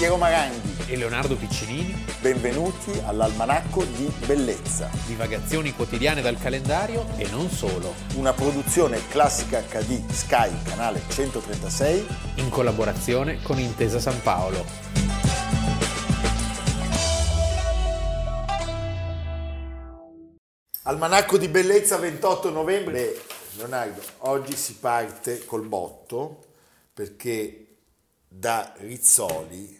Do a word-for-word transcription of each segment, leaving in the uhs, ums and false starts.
Piero Maranghi e Leonardo Piccinini. Benvenuti all'Almanacco di Bellezza. Divagazioni quotidiane dal calendario e non solo. Una produzione Classica acca di Sky, canale centotrentasei. In collaborazione con Intesa San Paolo. Almanacco di Bellezza, ventotto novembre. Beh, Leonardo, oggi si parte col botto perché da Rizzoli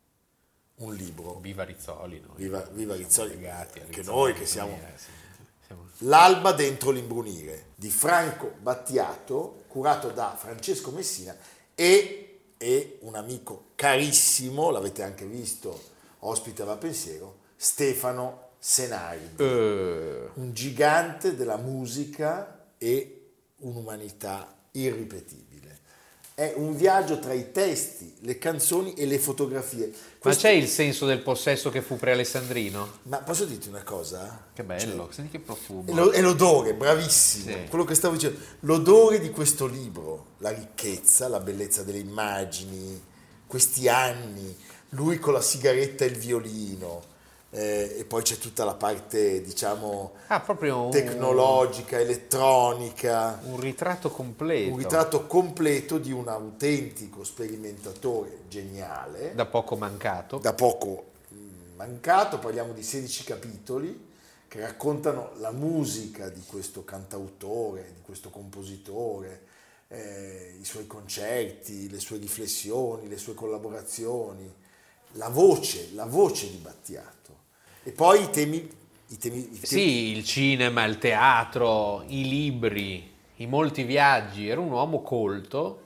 un libro. Viva Rizzoli, noi. Viva, viva Rizzoli, legati anche Rizzoli, noi che siamo... eh, sì, siamo... L'alba dentro l'imbrunire di Franco Battiato, curato da Francesco Messina e, e un amico carissimo, l'avete anche visto, ospite a Va Pensiero, Stefano Senardi, uh. un gigante della musica e un'umanità irripetibile. È un viaggio tra i testi, le canzoni e le fotografie. Questo... Ma c'è il senso del possesso che fu pre-alessandrino? Ma posso dirti una cosa? Che bello, cioè, senti che profumo. È, lo, è l'odore, bravissimo, sì. Quello che stavo dicendo. L'odore di questo libro, la ricchezza, la bellezza delle immagini, questi anni, lui con la sigaretta e il violino. Eh, e poi c'è tutta la parte, diciamo, ah, proprio un, tecnologica, elettronica. Un ritratto completo. Un ritratto completo di un autentico sperimentatore geniale. Da poco mancato. Da poco mancato, parliamo di sedici capitoli che raccontano la musica di questo cantautore, di questo compositore, eh, i suoi concerti, le sue riflessioni, le sue collaborazioni, la voce, la voce di Battiato. E poi i temi, i temi, i temi... Sì, il cinema, il teatro, i libri, i molti viaggi. Era un uomo colto,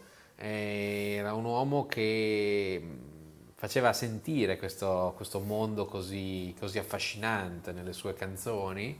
eh, era un uomo che faceva sentire questo, questo mondo così, così affascinante nelle sue canzoni.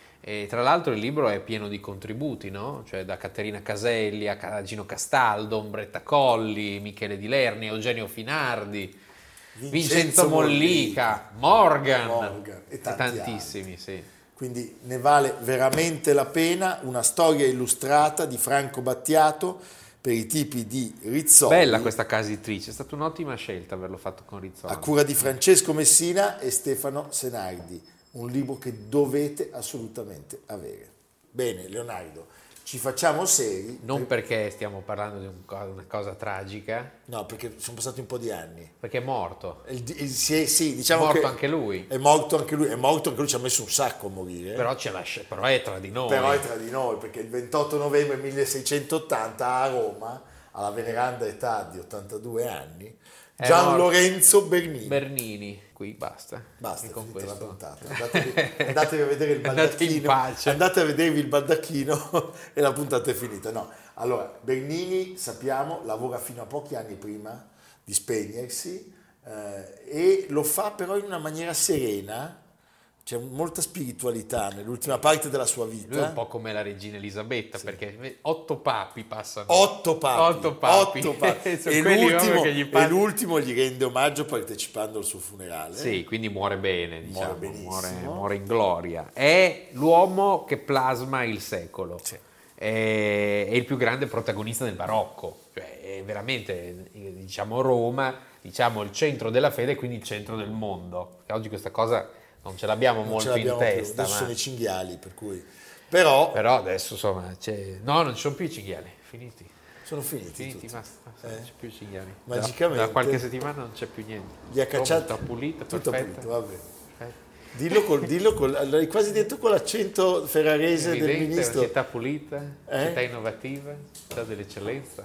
E tra l'altro il libro è pieno di contributi, no? Cioè da Caterina Caselli a Gino Castaldo, Ombretta Colli, Michele Di Lerni, Eugenio Finardi, Vincenzo, Vincenzo Mollica, Morgan, Morgan e, e tantissimi, altri. Sì. Quindi ne vale veramente la pena una storia illustrata di Franco Battiato per i tipi di Rizzoli. Bella questa casa editrice, è stata un'ottima scelta averlo fatto con Rizzoli. A cura di Francesco Messina e Stefano Senardi, un libro che dovete assolutamente avere. Bene, Leonardo, ci facciamo seri. Non perché stiamo parlando di un co- una cosa tragica. No, perché sono passati un po' di anni. Perché è morto. Il, il, sì, sì, diciamo è morto che anche lui. È morto anche lui, è morto anche lui, ci ha messo un sacco a morire. Però, ce lascia, però è tra di noi. Però è tra di noi, perché il ventotto novembre milleseicentottanta a Roma, alla veneranda età di ottantadue anni, Gian Lorenzo Bernini. Bernini, qui basta. Basta, con finita questo. la puntata. Andatevi, andatevi a vedere il Andate in baldacchino. pace. Andate a vedervi il baldacchino e la puntata è finita. No. Allora, Bernini, sappiamo, lavora fino a pochi anni prima di spegnersi eh, e lo fa però in una maniera serena. C'è molta spiritualità nell'ultima parte della sua vita. Lui è un po' come la regina Elisabetta, sì. Perché otto papi passano. Otto papi. Otto papi. Otto papi. e, l'ultimo, che gli e l'ultimo gli rende omaggio partecipando al suo funerale. Sì, quindi muore bene, diciamo. Muore benissimo. Muore, muore in gloria. È l'uomo che plasma il secolo. Sì. È, è il più grande protagonista del barocco. Cioè, è veramente, diciamo, Roma, diciamo, il centro della fede e quindi il centro del mondo. E oggi questa cosa... non ce l'abbiamo non molto ce l'abbiamo in testa. Più. Adesso ma... sono i cinghiali, per cui... Però... Però adesso, insomma, c'è... no, non ci sono più i cinghiali, finiti. Sono finiti Finiti, basta, eh? Non c'è più i cinghiali. Magicamente. Da, da qualche settimana non c'è più niente. Li ha cacciati... Tutto pulito, tutto perfetto. pulito, vabbè. Dillo, col, dillo col, l'hai quasi detto con l'accento ferrarese evidente, del ministro. Una città pulita, eh? città innovativa, città dell'eccellenza.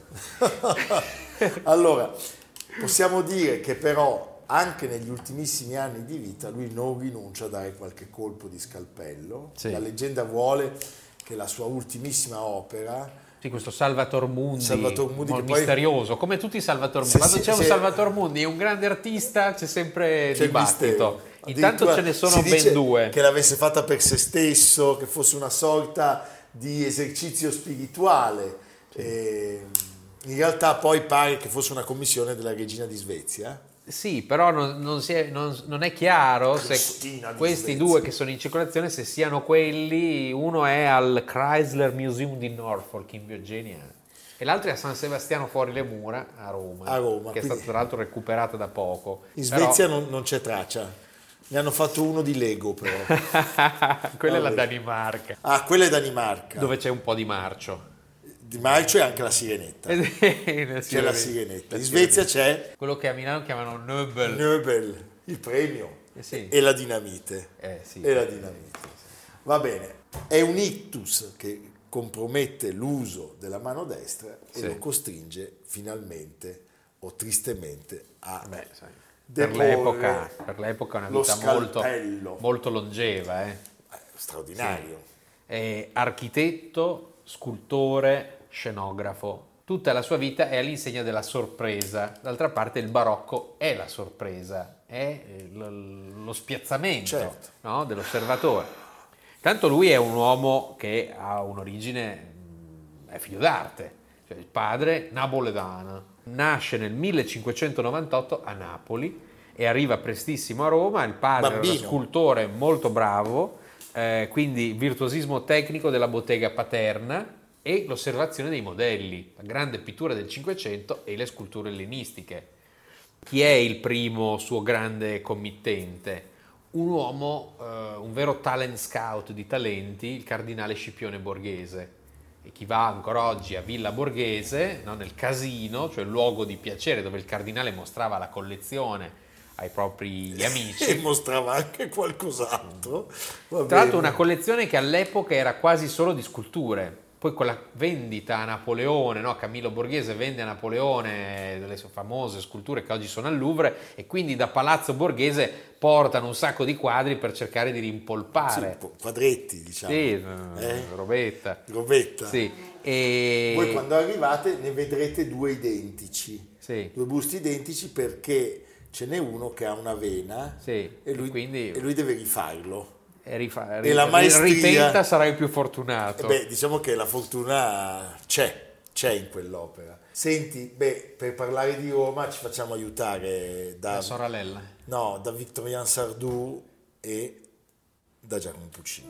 Allora, possiamo dire che però anche negli ultimissimi anni di vita lui non rinuncia a dare qualche colpo di scalpello. Sì. La leggenda vuole che la sua ultimissima opera, sì, questo Salvator Mundi, Salvator Mundi che misterioso, poi, come tutti i Salvator Mundi. Quando c'è un Salvator Mundi e un grande artista c'è sempre c'è dibattito. Intanto ce ne sono ben due. Che l'avesse fatta per se stesso, che fosse una sorta di esercizio spirituale. Sì. E in realtà poi pare che fosse una commissione della regina di Svezia. Sì, però non, non, si è, non, non è chiaro se questi due che sono in circolazione, se siano quelli. Uno è al Chrysler Museum di Norfolk in Virginia E l'altra è a San Sebastiano fuori le mura a Roma, A Roma, che è quindi- stata tra l'altro recuperata da poco. In Però- Svezia non, non c'è traccia. Ne hanno fatto uno di Lego però. Quella è la Vabbè. Danimarca, Ah, quella è Danimarca. dove c'è un po' di marcio. Di marcio è anche la sirenetta. C'è la sirenetta. In Svezia c'è quello che a Milano chiamano Nöbel. Nobel, il premio, Eh sì. e la dinamite. Eh sì. E la dinamite. Va bene. È un ictus che compromette l'uso della mano destra e Sì. lo costringe finalmente o tristemente a Beh, sai, per deporre l'epoca, per l'epoca è una lo vita molto, scalpello. molto longeva. Eh. Eh, straordinario. È architetto, scultore, scenografo. Tutta la sua vita è all'insegna della sorpresa. D'altra parte il barocco è la sorpresa, è lo, lo spiazzamento, Certo. no, dell'osservatore. Tanto lui è un uomo che ha un'origine, mh, è figlio d'arte, cioè il padre napoletano. Nasce nel millecinquecentonovantotto a Napoli e arriva prestissimo a Roma. Il padre era Bambino. uno scultore molto bravo, eh, quindi virtuosismo tecnico della bottega paterna e l'osservazione dei modelli, la grande pittura del Cinquecento e le sculture ellenistiche. Chi è il primo suo grande committente? Un uomo, eh, un vero talent scout di talenti, il cardinale Scipione Borghese. E chi va ancora oggi a Villa Borghese, no, nel casino, cioè il luogo di piacere dove il cardinale mostrava la collezione ai propri E amici. mostrava anche qualcos'altro. Va Tra l'altro bene. una collezione che all'epoca era quasi solo di sculture. Poi con la vendita a Napoleone, no? Camillo Borghese vende a Napoleone delle sue famose sculture che oggi sono al Louvre e quindi da Palazzo Borghese portano un sacco di quadri per cercare di rimpolpare. Sì, quadretti, diciamo. Sì, Eh? robetta. Robetta. Sì. E... Voi quando arrivate ne vedrete due identici, Sì. due busti identici perché ce n'è uno che ha una vena Sì, e, lui, e quindi- e lui deve rifarlo. E, rifa- E la maestria- ritenta sarai più E fortunato. beh, diciamo che la fortuna c'è, c'è in quell'opera. Senti, beh, per parlare di Roma ci facciamo aiutare da, La sorella. no, da Victorien Sardou e da Giacomo Puccini.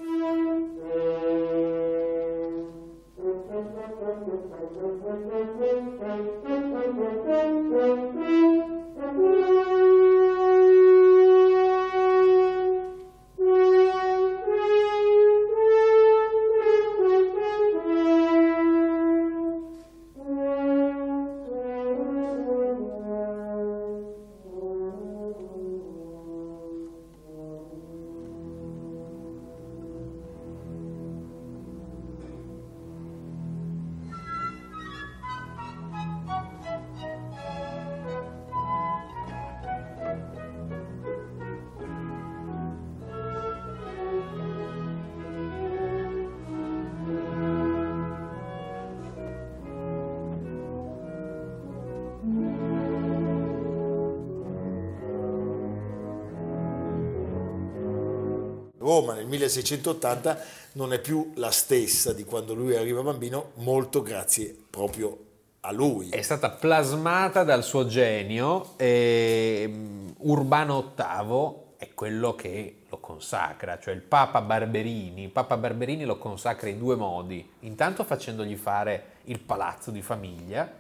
Roma nel milleseicentottanta non è più la stessa di quando lui arriva bambino, molto grazie proprio a lui. È stata plasmata dal suo genio e um, Urbano ottavo è quello che lo consacra, cioè il Papa Barberini. Il Papa Barberini lo consacra in due modi, intanto facendogli fare il palazzo di famiglia,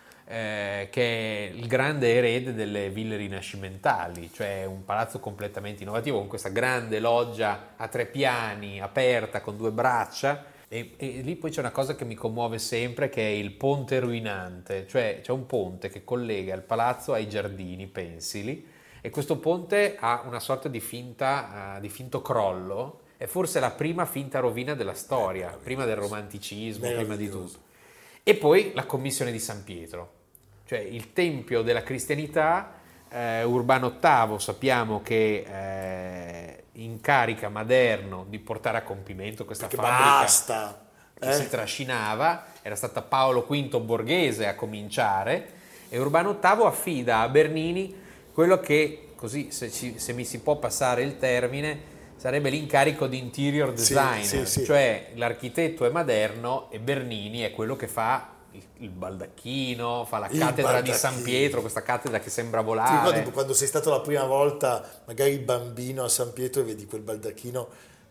eh, che è il grande erede delle ville rinascimentali, cioè un palazzo completamente innovativo con questa grande loggia a tre piani, aperta con due braccia. E, e lì poi c'è una cosa che mi commuove sempre, che è il ponte ruinante, cioè c'è un ponte che collega il palazzo ai giardini pensili e questo ponte ha una sorta di finta, uh, di finto crollo, è forse la prima finta rovina della storia, prima del romanticismo, prima di tutto. E poi la commissione di San Pietro, cioè il tempio della cristianità. eh, Urbano ottavo sappiamo che eh, incarica Maderno di portare a compimento questa Perché fabbrica basta, che eh? si trascinava, era stata Paolo quinto Borghese a cominciare e Urbano ottavo affida a Bernini quello che, così se, ci, se mi si può passare il termine, sarebbe l'incarico di interior designer, sì, sì. cioè l'architetto è Maderno e Bernini è quello che fa il, il baldacchino, fa la Il cattedra di baldacchino. San Pietro, questa cattedra che sembra Ti volare. ricordi quando sei stato la prima volta, magari bambino a San Pietro e vedi quel baldacchino,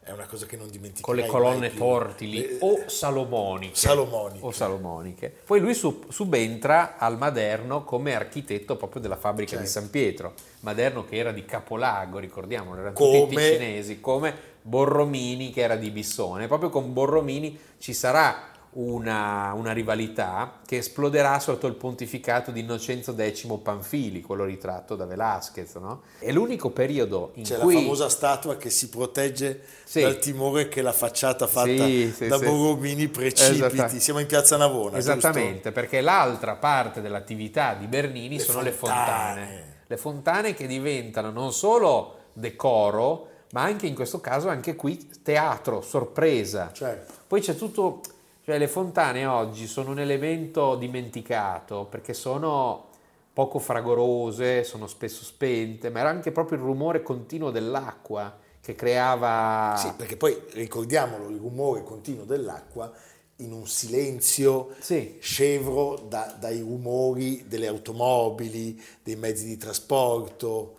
è una cosa che non dimenticherai con le colonne mai più. tortili Le- o salomoniche. Salomoniche. o salomoniche. Poi lui sub- subentra al Maderno come architetto proprio della fabbrica Certo. di San Pietro. Maderno che era di Capolago, ricordiamolo, erano Come- tutti ticinesi, come Borromini che era di Bissone. Proprio con Borromini ci sarà una, una rivalità che esploderà sotto il pontificato di Innocenzo X Panfili, quello ritratto da Velázquez, no? È l'unico periodo in C'è cui... la famosa statua che si protegge Sì. dal timore che la facciata fatta Sì, sì, da sì. Borromini precipiti. Esatta- Siamo in Piazza Navona, Esattamente, perché l'altra parte dell'attività di Bernini Le sono le fontane. fontane. Le fontane che diventano non solo decoro, ma anche in questo caso, anche qui, teatro, sorpresa. giusto? Certo. Poi c'è tutto, cioè le fontane oggi sono un elemento dimenticato perché sono poco fragorose, sono spesso spente, ma era anche proprio il rumore continuo dell'acqua che creava... Sì, perché poi ricordiamolo, il rumore continuo dell'acqua in un silenzio Sì. scevro da- dai rumori delle automobili, dei mezzi di trasporto.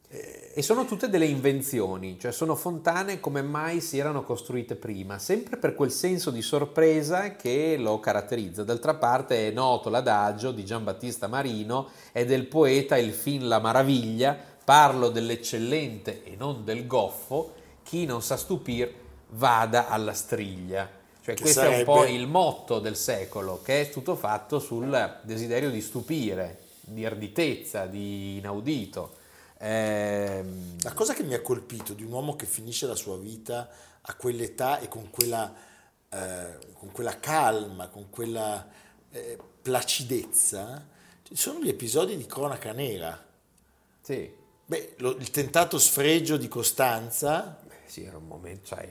E sono tutte delle invenzioni, cioè sono fontane come mai si erano costruite prima, sempre per quel senso di sorpresa che lo caratterizza. D'altra parte è noto l'adagio di Giambattista Marino e del poeta Il fin la maraviglia, parlo dell'eccellente e non del goffo, chi non sa stupir vada alla striglia. Cioè Che questo sarebbe- è un po' il motto del secolo, che è tutto fatto sul desiderio di stupire, di arditezza, di inaudito. Ehm, La cosa che mi ha colpito di un uomo che finisce la sua vita a quell'età e con quella, eh, con quella calma, con quella eh, placidezza, ci sono gli episodi di cronaca nera. sì, Beh, lo- il tentato sfregio di Costanza, sì, era un momento, cioè,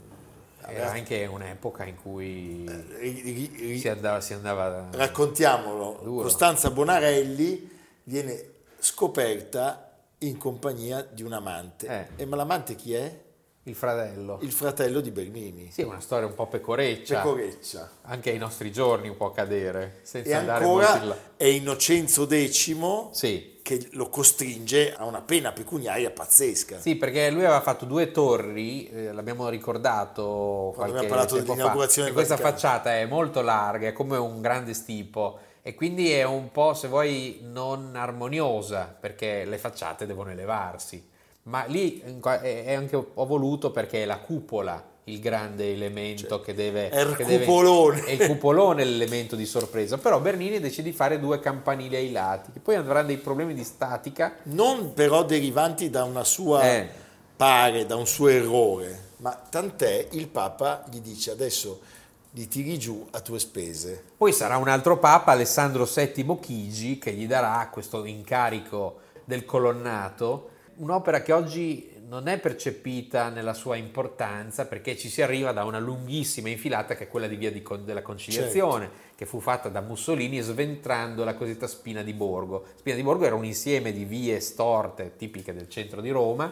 era anche un'epoca in cui ri- ri- ri- si andava, si andava raccontiamolo, duro. Costanza Bonarelli viene scoperta in compagnia di un amante. Eh. E ma l'amante chi è? il fratello. Il fratello di Bernini, Sì, è una storia un po' pecoreccia, Pecoreccia. anche ai nostri giorni può cadere, senza E andare molto in là. ancora è Innocenzo X Sì. che lo costringe a una pena pecuniaria pazzesca. Sì, perché lui aveva fatto due torri, eh, l'abbiamo ricordato qualche abbiamo parlato tempo fa, dell'inaugurazione e questa del Vaticano. facciata è molto larga, è come un grande stipo e quindi è un po', se vuoi, non armoniosa, perché le facciate devono elevarsi. Ma lì in qua- è è anche ho voluto perché è la cupola il grande elemento che deve... È il che deve- cupolone. è il cupolone l'elemento di sorpresa, però Bernini decide di fare due campanili ai lati, che poi avranno dei problemi di statica. Non però derivanti da una sua Eh. pare, da un suo errore, ma tant'è il Papa gli dice adesso li tiri giù a tue spese. Poi sarà un altro papa, Alessandro settimo Chigi, che gli darà questo incarico del colonnato, un'opera che oggi non è percepita nella sua importanza perché ci si arriva da una lunghissima infilata che è quella di Via di Con- della Conciliazione, che fu fatta da Mussolini sventrando la cosiddetta Spina di Borgo. Spina di Borgo era un insieme di vie storte tipiche del centro di Roma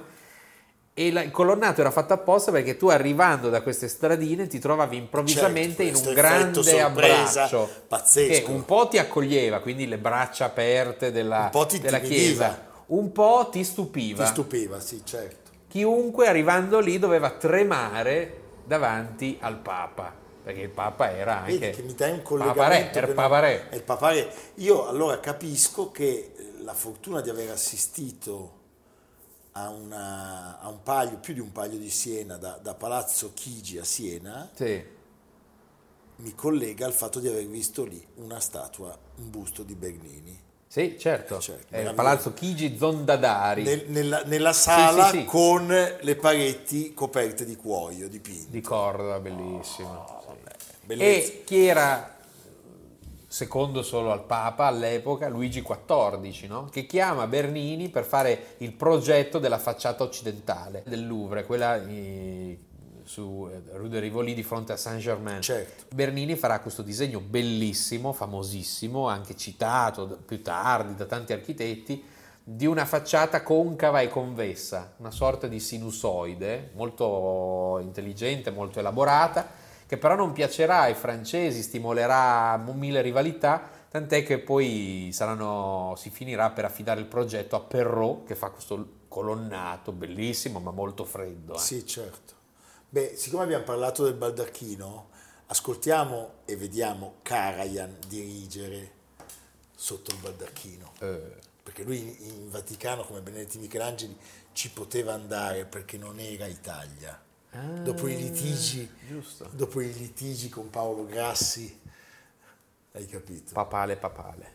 e la- il colonnato era fatto apposta perché tu arrivando da queste stradine ti trovavi improvvisamente Certo, in questo un effetto grande sorpresa abbraccio pazzesco. che un po' ti accoglieva, quindi le braccia aperte della, Un po' ti della intimidiva. chiesa, un po' ti stupiva. Ti stupiva, sì, certo. Chiunque arrivando lì doveva tremare davanti al Papa, perché il Papa era anche Vedi che mi dai un Papa Re, collegamento era che il non- Papa Re. è il Papa Re. Io allora capisco che la fortuna di aver assistito a, una, a un paio, più di un paio di Siena, da, da Palazzo Chigi a Siena, Sì. mi collega al fatto di aver visto lì una statua, un busto di Bernini. Sì, certo, Eh, certo, è il meraviglioso. Palazzo Chigi Zondadari Nel- nella, nella sala sì, sì. con le pareti coperte di cuoio dipinte. di Cordova, bellissimo. Bellezza. E chi era secondo solo al Papa all'epoca? Luigi quattordici, no? Che chiama Bernini per fare il progetto della facciata occidentale del Louvre, quella eh, su eh, Rue de Rivoli di fronte a Saint-Germain. Certo. Bernini farà questo disegno bellissimo, famosissimo, anche citato da- più tardi da tanti architetti, di una facciata concava e convessa, una sorta di sinusoide molto intelligente, molto elaborata, che però non piacerà ai francesi, stimolerà mille rivalità, tant'è che poi saranno, si finirà per affidare il progetto a Perrault, che fa questo colonnato bellissimo ma molto freddo. eh. Sì, certo. Beh, siccome abbiamo parlato del baldacchino, ascoltiamo e vediamo Karajan dirigere sotto il baldacchino. Eh. Perché lui in Vaticano, come Benedetti Michelangeli, ci poteva andare perché non era Italia. Ah, dopo i litigi, giusto. dopo i litigi con Paolo Grassi, hai capito? Papale, papale.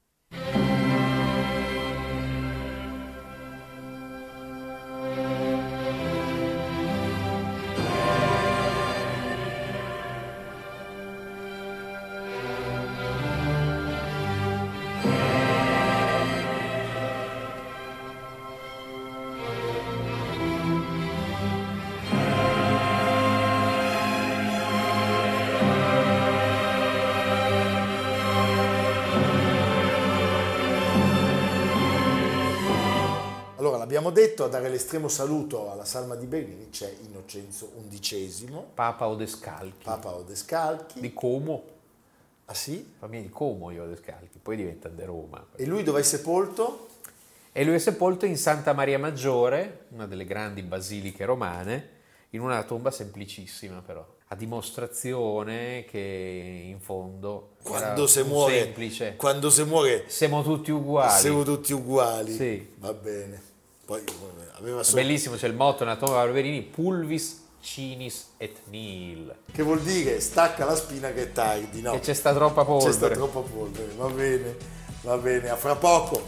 Abbiamo detto, a dare l'estremo saluto alla salma di Bernini c'è Innocenzo undicesimo, Papa Odescalchi. Papa Odescalchi. Di Como. Ah sì? Famiglia di Como io Odescalchi, poi diventa di Roma. E lui dove è sepolto? E lui è sepolto in Santa Maria Maggiore, una delle grandi basiliche romane, in una tomba semplicissima però, a dimostrazione che in fondo quando si muore, semplice. Quando si muore siamo tutti uguali. Siamo tutti uguali. Sì. Va bene. Poi aveva solo... Bellissimo, c'è il motto nella tomba Barberini, pulvis cinis et nihil. Che vuol dire stacca la spina che è tardi, no? Che c'è sta troppa polvere. C'è sta troppa polvere, va bene, va bene, a fra poco.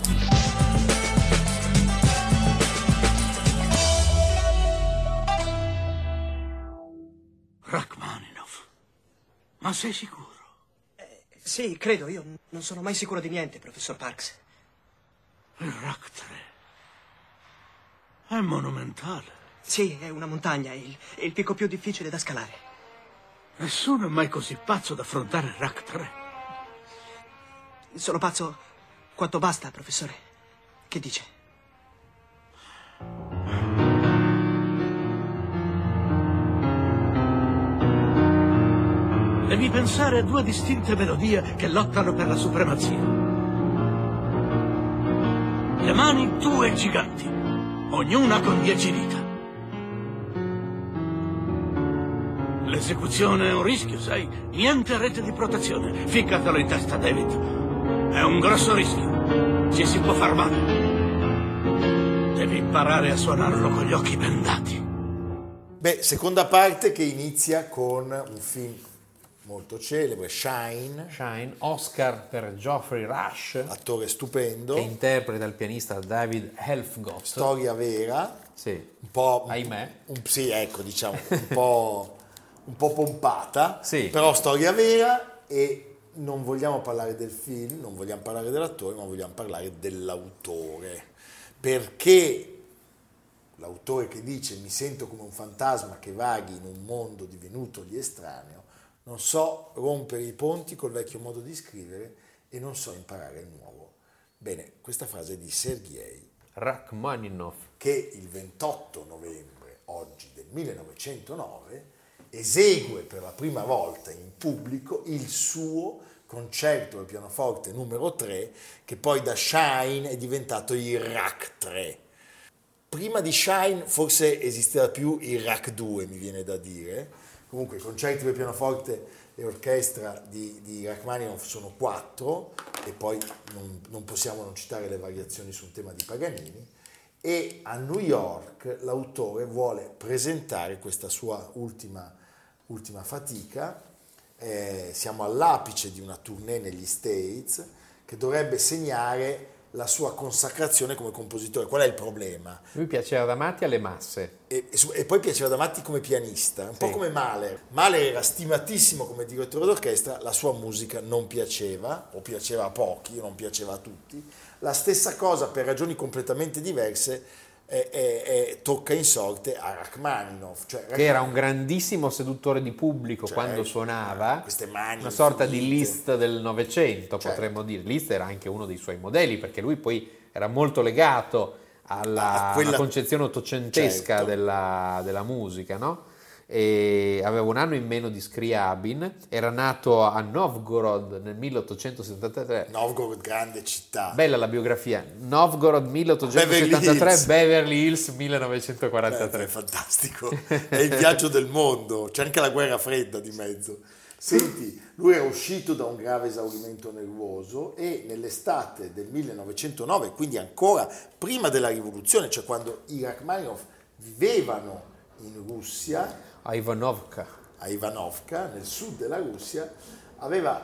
Rachmaninoff, ma sei sicuro? Eh, sì, credo, io non sono mai sicuro di niente, professor Parks. Il Rach tre è monumentale. Sì, è una montagna, è il, è il picco più difficile da scalare. Nessuno è mai così pazzo da affrontare il Rach tre. Sono pazzo quanto basta, professore. Che dice? Devi pensare a due distinte melodie che lottano per la supremazia. Le mani due giganti, ognuna con dieci dita. L'esecuzione è un rischio, sai? Niente rete di protezione. Ficcatelo in testa, David. È un grosso rischio. Ci si può far male. Devi imparare a suonarlo con gli occhi bendati. Beh, seconda parte che inizia con un film molto celebre, Shine. Shine, Oscar per Geoffrey Rush, attore stupendo, che interpreta il pianista David Helfgott. Storia vera, sì, un po', ahimè, un, sì, ecco, diciamo, un po', un po' pompata, sì, però storia vera. E non vogliamo parlare del film, non vogliamo parlare dell'attore, ma vogliamo parlare dell'autore, perché l'autore che dice mi sento come un fantasma che vaghi in un mondo divenutogli estraneo, non so rompere i ponti col vecchio modo di scrivere e non so imparare il nuovo. Bene, questa frase è di Sergei Rachmaninoff, che il ventotto novembre, oggi del millenovecentonove, esegue per la prima volta in pubblico il suo concerto al pianoforte numero tre, che poi da Shine è diventato il Rach tre. Prima di Shine forse esisteva più il Rach due, mi viene da dire. Comunque i concerti per pianoforte e orchestra di, di Rachmaninoff sono quattro, e poi non, non possiamo non citare le variazioni su un tema di Paganini. E a New York l'autore vuole presentare questa sua ultima, ultima fatica. Eh, siamo all'apice di una tournée negli States che dovrebbe segnare la sua consacrazione come compositore. Qual è il problema? Lui piaceva da matti alle masse. E, e, e poi piaceva da matti come pianista, un sì. po' come Mahler. Mahler era stimatissimo come direttore d'orchestra, la sua musica non piaceva, o piaceva a pochi, non piaceva a tutti. La stessa cosa, per ragioni completamente diverse, è, è, è, tocca in sorte a Rachmaninoff. Cioè, Rachmaninoff, che era un grandissimo seduttore di pubblico, cioè, quando suonava, queste mani una sorta infinite. di Liszt del Novecento, certo. potremmo dire. Liszt era anche uno dei suoi modelli, perché lui poi era molto legato alla, quella... alla concezione ottocentesca, certo. della, della musica, no? e aveva un anno in meno di Scriabin, era nato a Novgorod nel milleottocentosettantatré. Novgorod, grande città. Bella la biografia, Novgorod milleottocentosettantatré, Beverly Hills millenovecentoquarantatré. Beh, è fantastico, è il viaggio del mondo, c'è anche la guerra fredda di mezzo. Senti, lui era uscito da un grave esaurimento nervoso e nell'estate del millenovecentonove, quindi ancora prima della rivoluzione, cioè quando i Rachmaninov vivevano in Russia, a Ivanovka, a Ivanovka, nel sud della Russia, aveva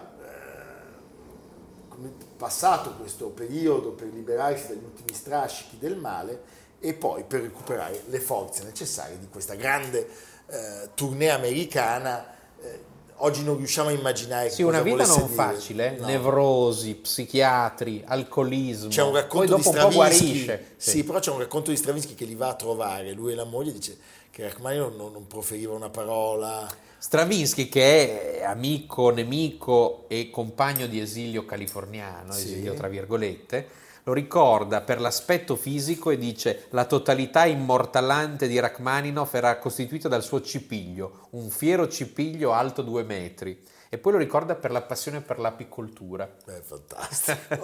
eh, passato questo periodo per liberarsi dagli ultimi strascichi del male e poi per recuperare le forze necessarie di questa grande eh, tournée americana. Eh, oggi non riusciamo a immaginare sì, cosa una vita non dire. facile, no. Nevrosi, psichiatri, alcolismo, c'è un racconto poi dopo di un po' Stravinsky, guarisce. Sì. Sì, però c'è un racconto di Stravinsky che li va a trovare, lui e la moglie, dice che Rachmaninov non, non proferiva una parola. Stravinsky, che è amico, nemico e compagno di esilio californiano, Sì. esilio tra virgolette, lo ricorda per l'aspetto fisico e dice: la totalità immortalante di Rachmaninov era costituita dal suo cipiglio, un fiero cipiglio alto due metri. E poi lo ricorda per la passione per l'apicoltura. È fantastico.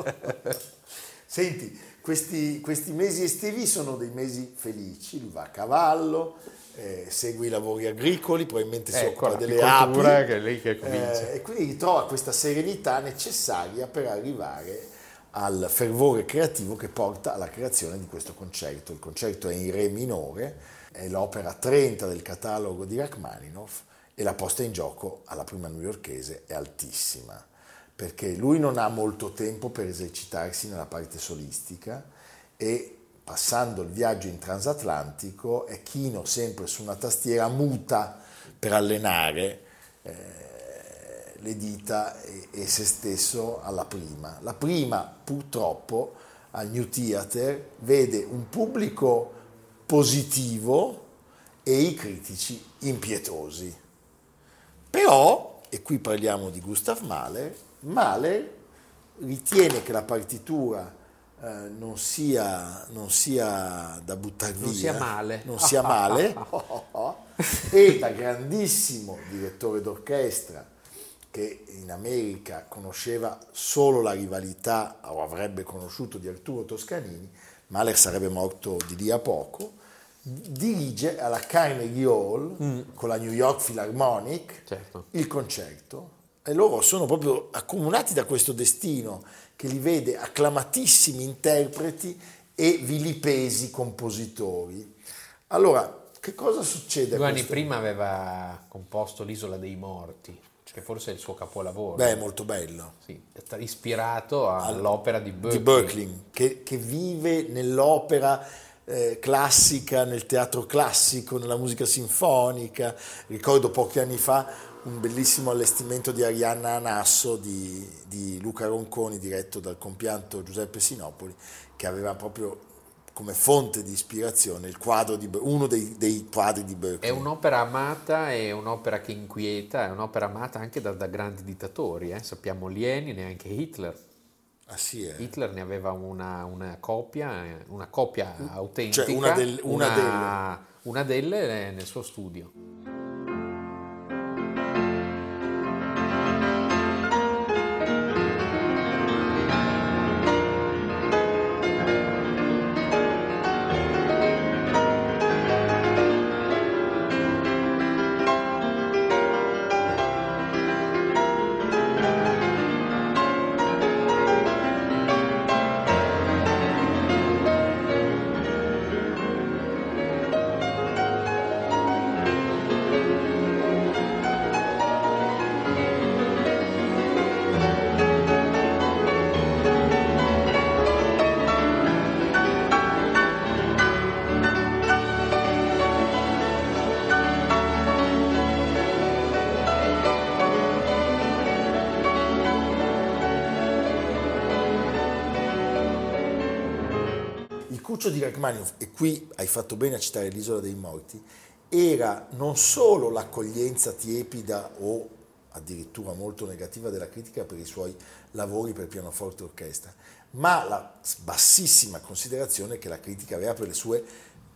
Senti, questi, questi mesi estivi sono dei mesi felici, lui va a cavallo, eh, segue i lavori agricoli, probabilmente si Ecco, occupa delle api, l'apicoltura che è lì che comincia. eh, e quindi ritrova questa serenità necessaria per arrivare al fervore creativo che porta alla creazione di questo concerto. Il concerto è in re minore, è l'opera trenta del catalogo di Rachmaninov e la posta in gioco alla prima newyorkese è altissima, perché lui non ha molto tempo per esercitarsi nella parte solistica e passando il viaggio in transatlantico è chino sempre su una tastiera muta per allenare eh, le dita e, e se stesso alla prima. La prima purtroppo al New Theatre vede un pubblico positivo e i critici impietosi. Però, e qui parliamo di Gustav Mahler, Mahler ritiene che la partitura eh, non sia, non sia da buttare via, non sia male, non sia male e da grandissimo direttore d'orchestra che in America conosceva solo la rivalità o avrebbe conosciuto di Arturo Toscanini, Mahler sarebbe morto di lì a poco, dirige alla Carnegie Hall mm. con la New York Philharmonic certo. il concerto e loro sono proprio accomunati da questo destino che li vede acclamatissimi interpreti e vilipesi compositori. Allora, che cosa succede? Due anni prima aveva composto l'Isola dei Morti, che forse è il suo capolavoro. Beh, è molto bello. Sì, è ispirato all'opera di Böcklin, di Böcklin che, che vive nell'opera eh, classica, nel teatro classico, nella musica sinfonica. Ricordo pochi anni fa un bellissimo allestimento di Arianna Anasso di, di Luca Ronconi, diretto dal compianto Giuseppe Sinopoli, che aveva proprio come fonte di ispirazione il quadro di uno dei, dei quadri di Böcklin. È un'opera amata, è un'opera che inquieta, è un'opera amata anche da, da grandi dittatori, eh? Sappiamo Lenin e anche Hitler. Ah, sì, eh. Hitler ne aveva una, una copia, una copia autentica, cioè una, del, una, una, delle. una delle nel suo studio. Crucio di Rachmaninov, e qui hai fatto bene a citare l'Isola dei Morti, era non solo l'accoglienza tiepida o addirittura molto negativa della critica per i suoi lavori per pianoforte e orchestra, ma la bassissima considerazione che la critica aveva per le sue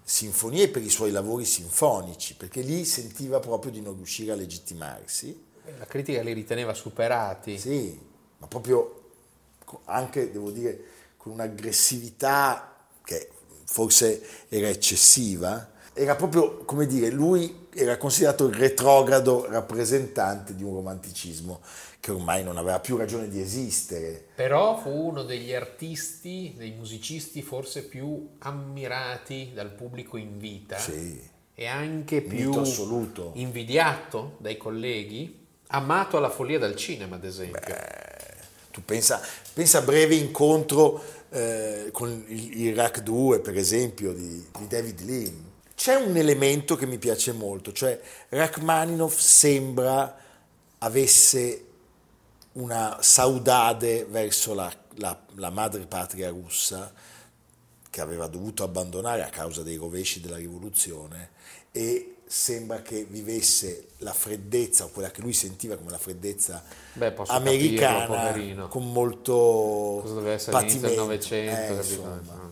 sinfonie e per i suoi lavori sinfonici, perché lì sentiva proprio di non riuscire a legittimarsi. La critica li riteneva superati. Sì, ma proprio anche, devo dire, con un'aggressività che forse era eccessiva. Era proprio, come dire, lui era considerato il retrogrado rappresentante di un romanticismo che ormai non aveva più ragione di esistere. Però fu uno degli artisti, dei musicisti forse più ammirati dal pubblico in vita, Sì, e anche più mito assoluto. invidiato dai colleghi, amato alla follia dal cinema, ad esempio. Beh, tu pensa, pensa a Breve incontro eh, con il, il R A C due, per esempio, di, di David Lean. C'è un elemento che mi piace molto, cioè Rachmaninoff sembra avesse una saudade verso la, la, la madre patria russa, che aveva dovuto abbandonare a causa dei rovesci della rivoluzione, e sembra che vivesse la freddezza, o quella che lui sentiva come la freddezza Beh, posso americana, capirlo, poverino. con molto Cosa doveva essere l'inizio del patimento. Novecento, Eh, capito? insomma.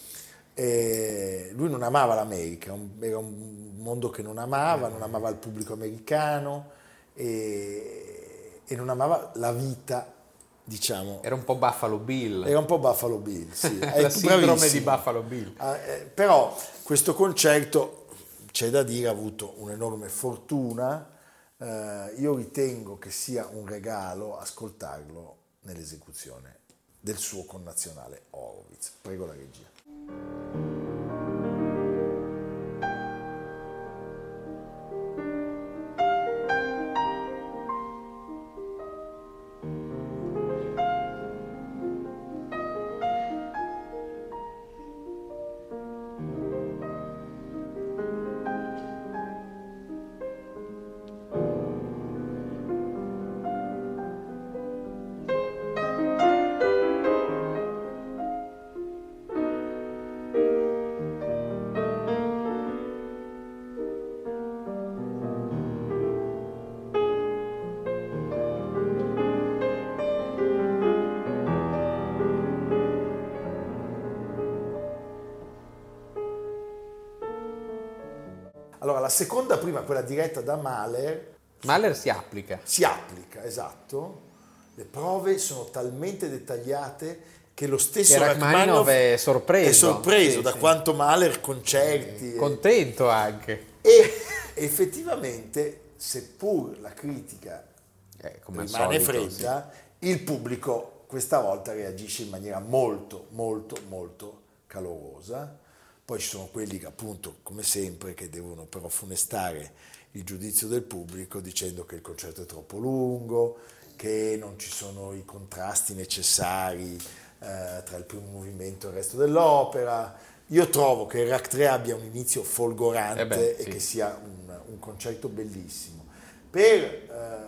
E lui non amava l'America, era un mondo che non amava, non amava il pubblico americano e, e non amava la vita, diciamo. Era un po' Buffalo Bill. Era un po' Buffalo Bill, sì. La sindrome di Buffalo Bill. Eh, però questo concerto, c'è da dire, ha avuto un'enorme fortuna. Eh, io ritengo che sia un regalo ascoltarlo nell'esecuzione del suo connazionale Horowitz. Prego la regia. Allora, la seconda prima, quella diretta da Mahler, Mahler si applica. si applica, esatto. Le prove sono talmente dettagliate che lo stesso Che Rachmaninoff Rachmaninoff è sorpreso. è sorpreso Sì, da sì. quanto Mahler concerti. e- Contento anche. E effettivamente, seppur la critica Eh, come al rimane solito, fredda, il pubblico questa volta reagisce in maniera molto, molto, molto calorosa. Poi ci sono quelli che, appunto, come sempre, che devono però funestare il giudizio del pubblico dicendo che il concerto è troppo lungo, che non ci sono i contrasti necessari eh, tra il primo movimento e il resto dell'opera. Io trovo che il R A C tre abbia un inizio folgorante Eh beh, e sì. che sia un, un concerto bellissimo. Per eh,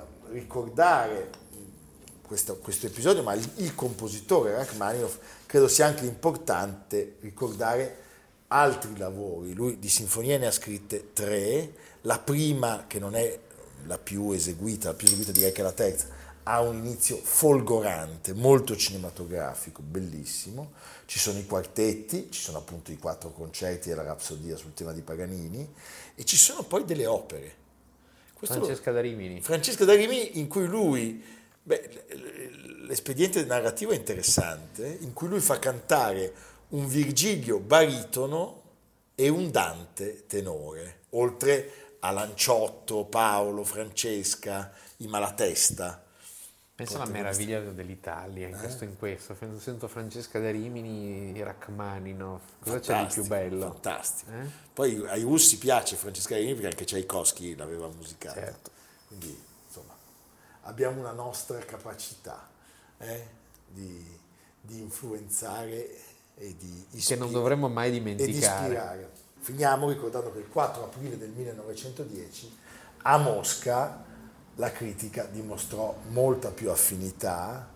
ricordare questo, questo episodio, ma il, il compositore Rachmaninoff, credo sia anche importante ricordare altri lavori. Lui di sinfonie ne ha scritte tre, la prima, che non è la più eseguita, la più eseguita direi che è la terza, ha un inizio folgorante, molto cinematografico, bellissimo. Ci sono i quartetti, ci sono appunto i quattro concerti e la Rapsodia sul tema di Paganini, e ci sono poi delle opere. Questo lo- Francesca da Rimini. Francesca da Rimini, in cui lui, beh, l'espediente narrativo è interessante, in cui lui fa cantare un Virgilio baritono e un Dante tenore, oltre a Lanciotto, Paolo, Francesca, i Malatesta. Pensa alla meraviglia dell'Italia in questo in questo. Sento Francesca da Rimini, Rachmaninoff. Cosa c'è di più bello? Fantastico. Eh? Poi ai russi piace Francesca da Rimini perché anche Tchaikovsky l'aveva musicata. Certo. Quindi, insomma, abbiamo una nostra capacità eh, di, di influenzare e di Che ispirare. non dovremmo mai e di dimenticare. ispirare. Finiamo ricordando che il quattro aprile del millenovecentodieci a Mosca la critica dimostrò molta più affinità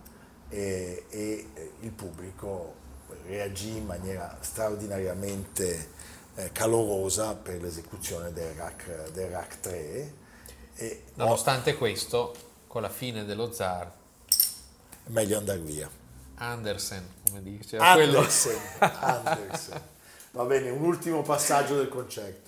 e, e il pubblico reagì in maniera straordinariamente eh, calorosa per l'esecuzione del R A C, del R A C tre. E Nonostante questo, con la fine dello zar, è meglio andare via. Andersen, come dice, quello- Andersen, Andersen. Va bene, un ultimo passaggio del concerto.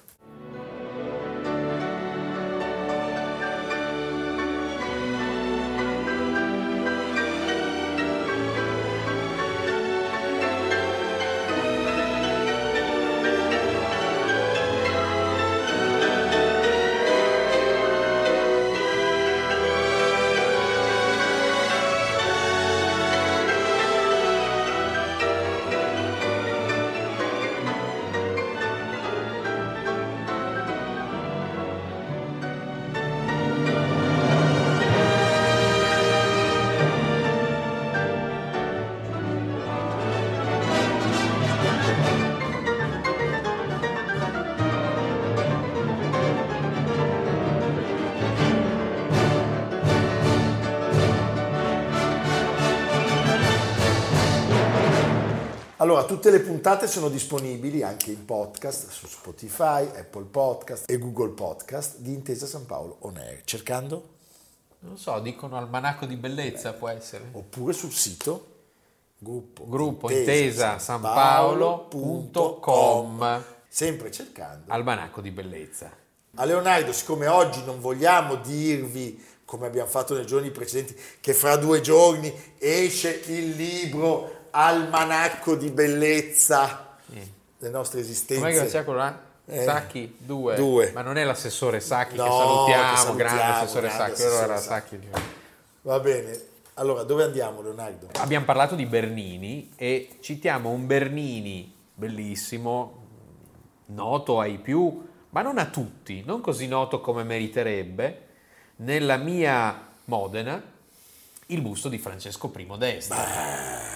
Allora, tutte le puntate sono disponibili anche in podcast su Spotify, Apple Podcast e Google Podcast di Intesa San Paolo On Air. Cercando? Non so, dicono Almanacco di Bellezza, Beh. può essere. Oppure sul sito gruppo, gruppo intesa san paolo punto com. Sempre cercando Almanacco di Bellezza. A Leonardo, siccome oggi non vogliamo dirvi, come abbiamo fatto nei giorni precedenti, che fra due giorni esce il libro Almanacco di Bellezza eh. delle nostre esistenze. Com'è che c'è quello là? Eh. Sacchi due. due. Ma non è l'assessore Sacchi, no, che salutiamo, che salutiamo, grande assessore grande Sacchi, allora era Sacchi. Sacchi. Va bene, allora dove andiamo, Leonardo? Abbiamo parlato di Bernini e citiamo un Bernini bellissimo, noto ai più, ma non a tutti, non così noto come meriterebbe. Nella mia Modena, il busto di Francesco Primo d'Este.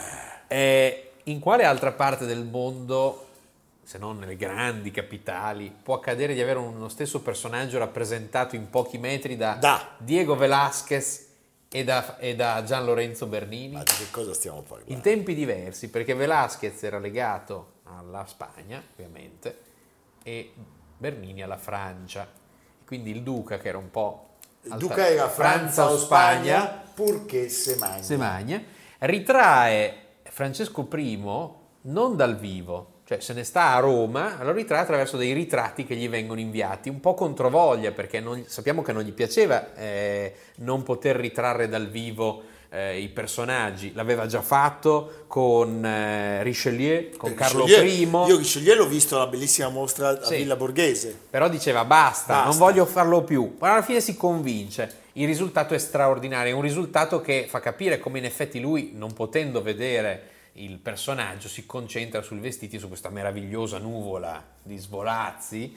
E in quale altra parte del mondo, se non nelle grandi capitali, può accadere di avere uno stesso personaggio rappresentato in pochi metri da, da. Diego Velázquez e da, e da Gian Lorenzo Bernini? Ma di che cosa stiamo parlando? In tempi diversi, perché Velázquez era legato alla Spagna, ovviamente, e Bernini alla Francia. Quindi il duca, che era un po'... Il duca era Francia o Spagna, purché se magna. Se magna. Ritrae Francesco Primo non dal vivo, cioè se ne sta a Roma, lo ritrae attraverso dei ritratti che gli vengono inviati, un po' controvoglia, perché non, sappiamo che non gli piaceva eh, non poter ritrarre dal vivo eh, i personaggi. L'aveva già fatto con eh, Richelieu, con Carlo Primo. Io Richelieu l'ho visto alla bellissima mostra a sì. Villa Borghese. Però diceva basta, basta, non voglio farlo più. Ma alla fine si convince. Il risultato è straordinario, è un risultato che fa capire come in effetti lui, non potendo vedere il personaggio, si concentra sui vestiti, su questa meravigliosa nuvola di svolazzi,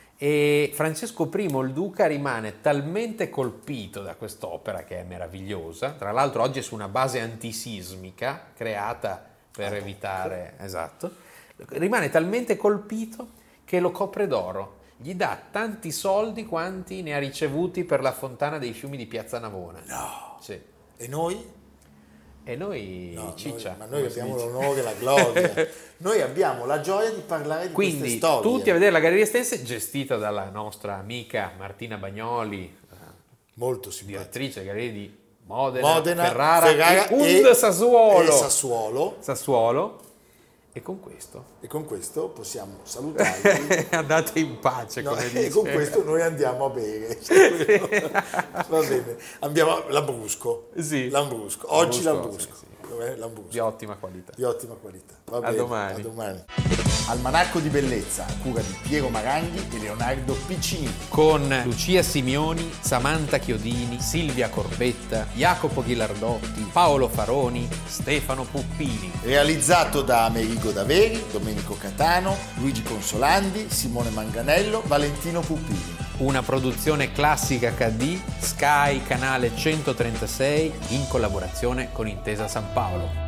e Francesco Primo, il duca, rimane talmente colpito da quest'opera, che è meravigliosa, tra l'altro oggi è su una base antisismica creata per evitare, esatto, rimane talmente colpito che lo copre d'oro. Gli dà tanti soldi quanti ne ha ricevuti per la fontana dei fiumi di Piazza Navona. No. Sì. E noi? E noi, no, ciccia. Noi, ma noi abbiamo l'onore e la gloria. Noi abbiamo la gioia di parlare di Quindi, queste storie. Quindi tutti a vedere la Galleria Estense, gestita dalla nostra amica Martina Bagnoli, molto simpatica, direttrice Galleria di Modena, Modena Ferrara, Ferrara e, e Sassuolo. E Sassuolo. Sassuolo. E con questo e con questo possiamo salutarvi. Andate in pace, no, come e dice. con questo noi andiamo a bere. Va bene, andiamo a Lambrusco. Sì. Lambrusco. Oggi Lambrusco, Lambrusco. sì, sì. Lambrusco. Di ottima qualità. Di ottima qualità. Va a bene, domani. A domani. Almanacco di Bellezza, a cura di Piero Maranghi e Leonardo Piccinini. Con Lucia Simioni, Samantha Chiodini, Silvia Corbetta, Jacopo Ghilardotti, Paolo Faroni, Stefano Puppini. Realizzato da Amerigo Daveri, Domenico Catano, Luigi Consolandi, Simone Manganello, Valentino Puppini. Una produzione Classica acca di, Sky canale centotrentasei, in collaborazione con Intesa San Paolo.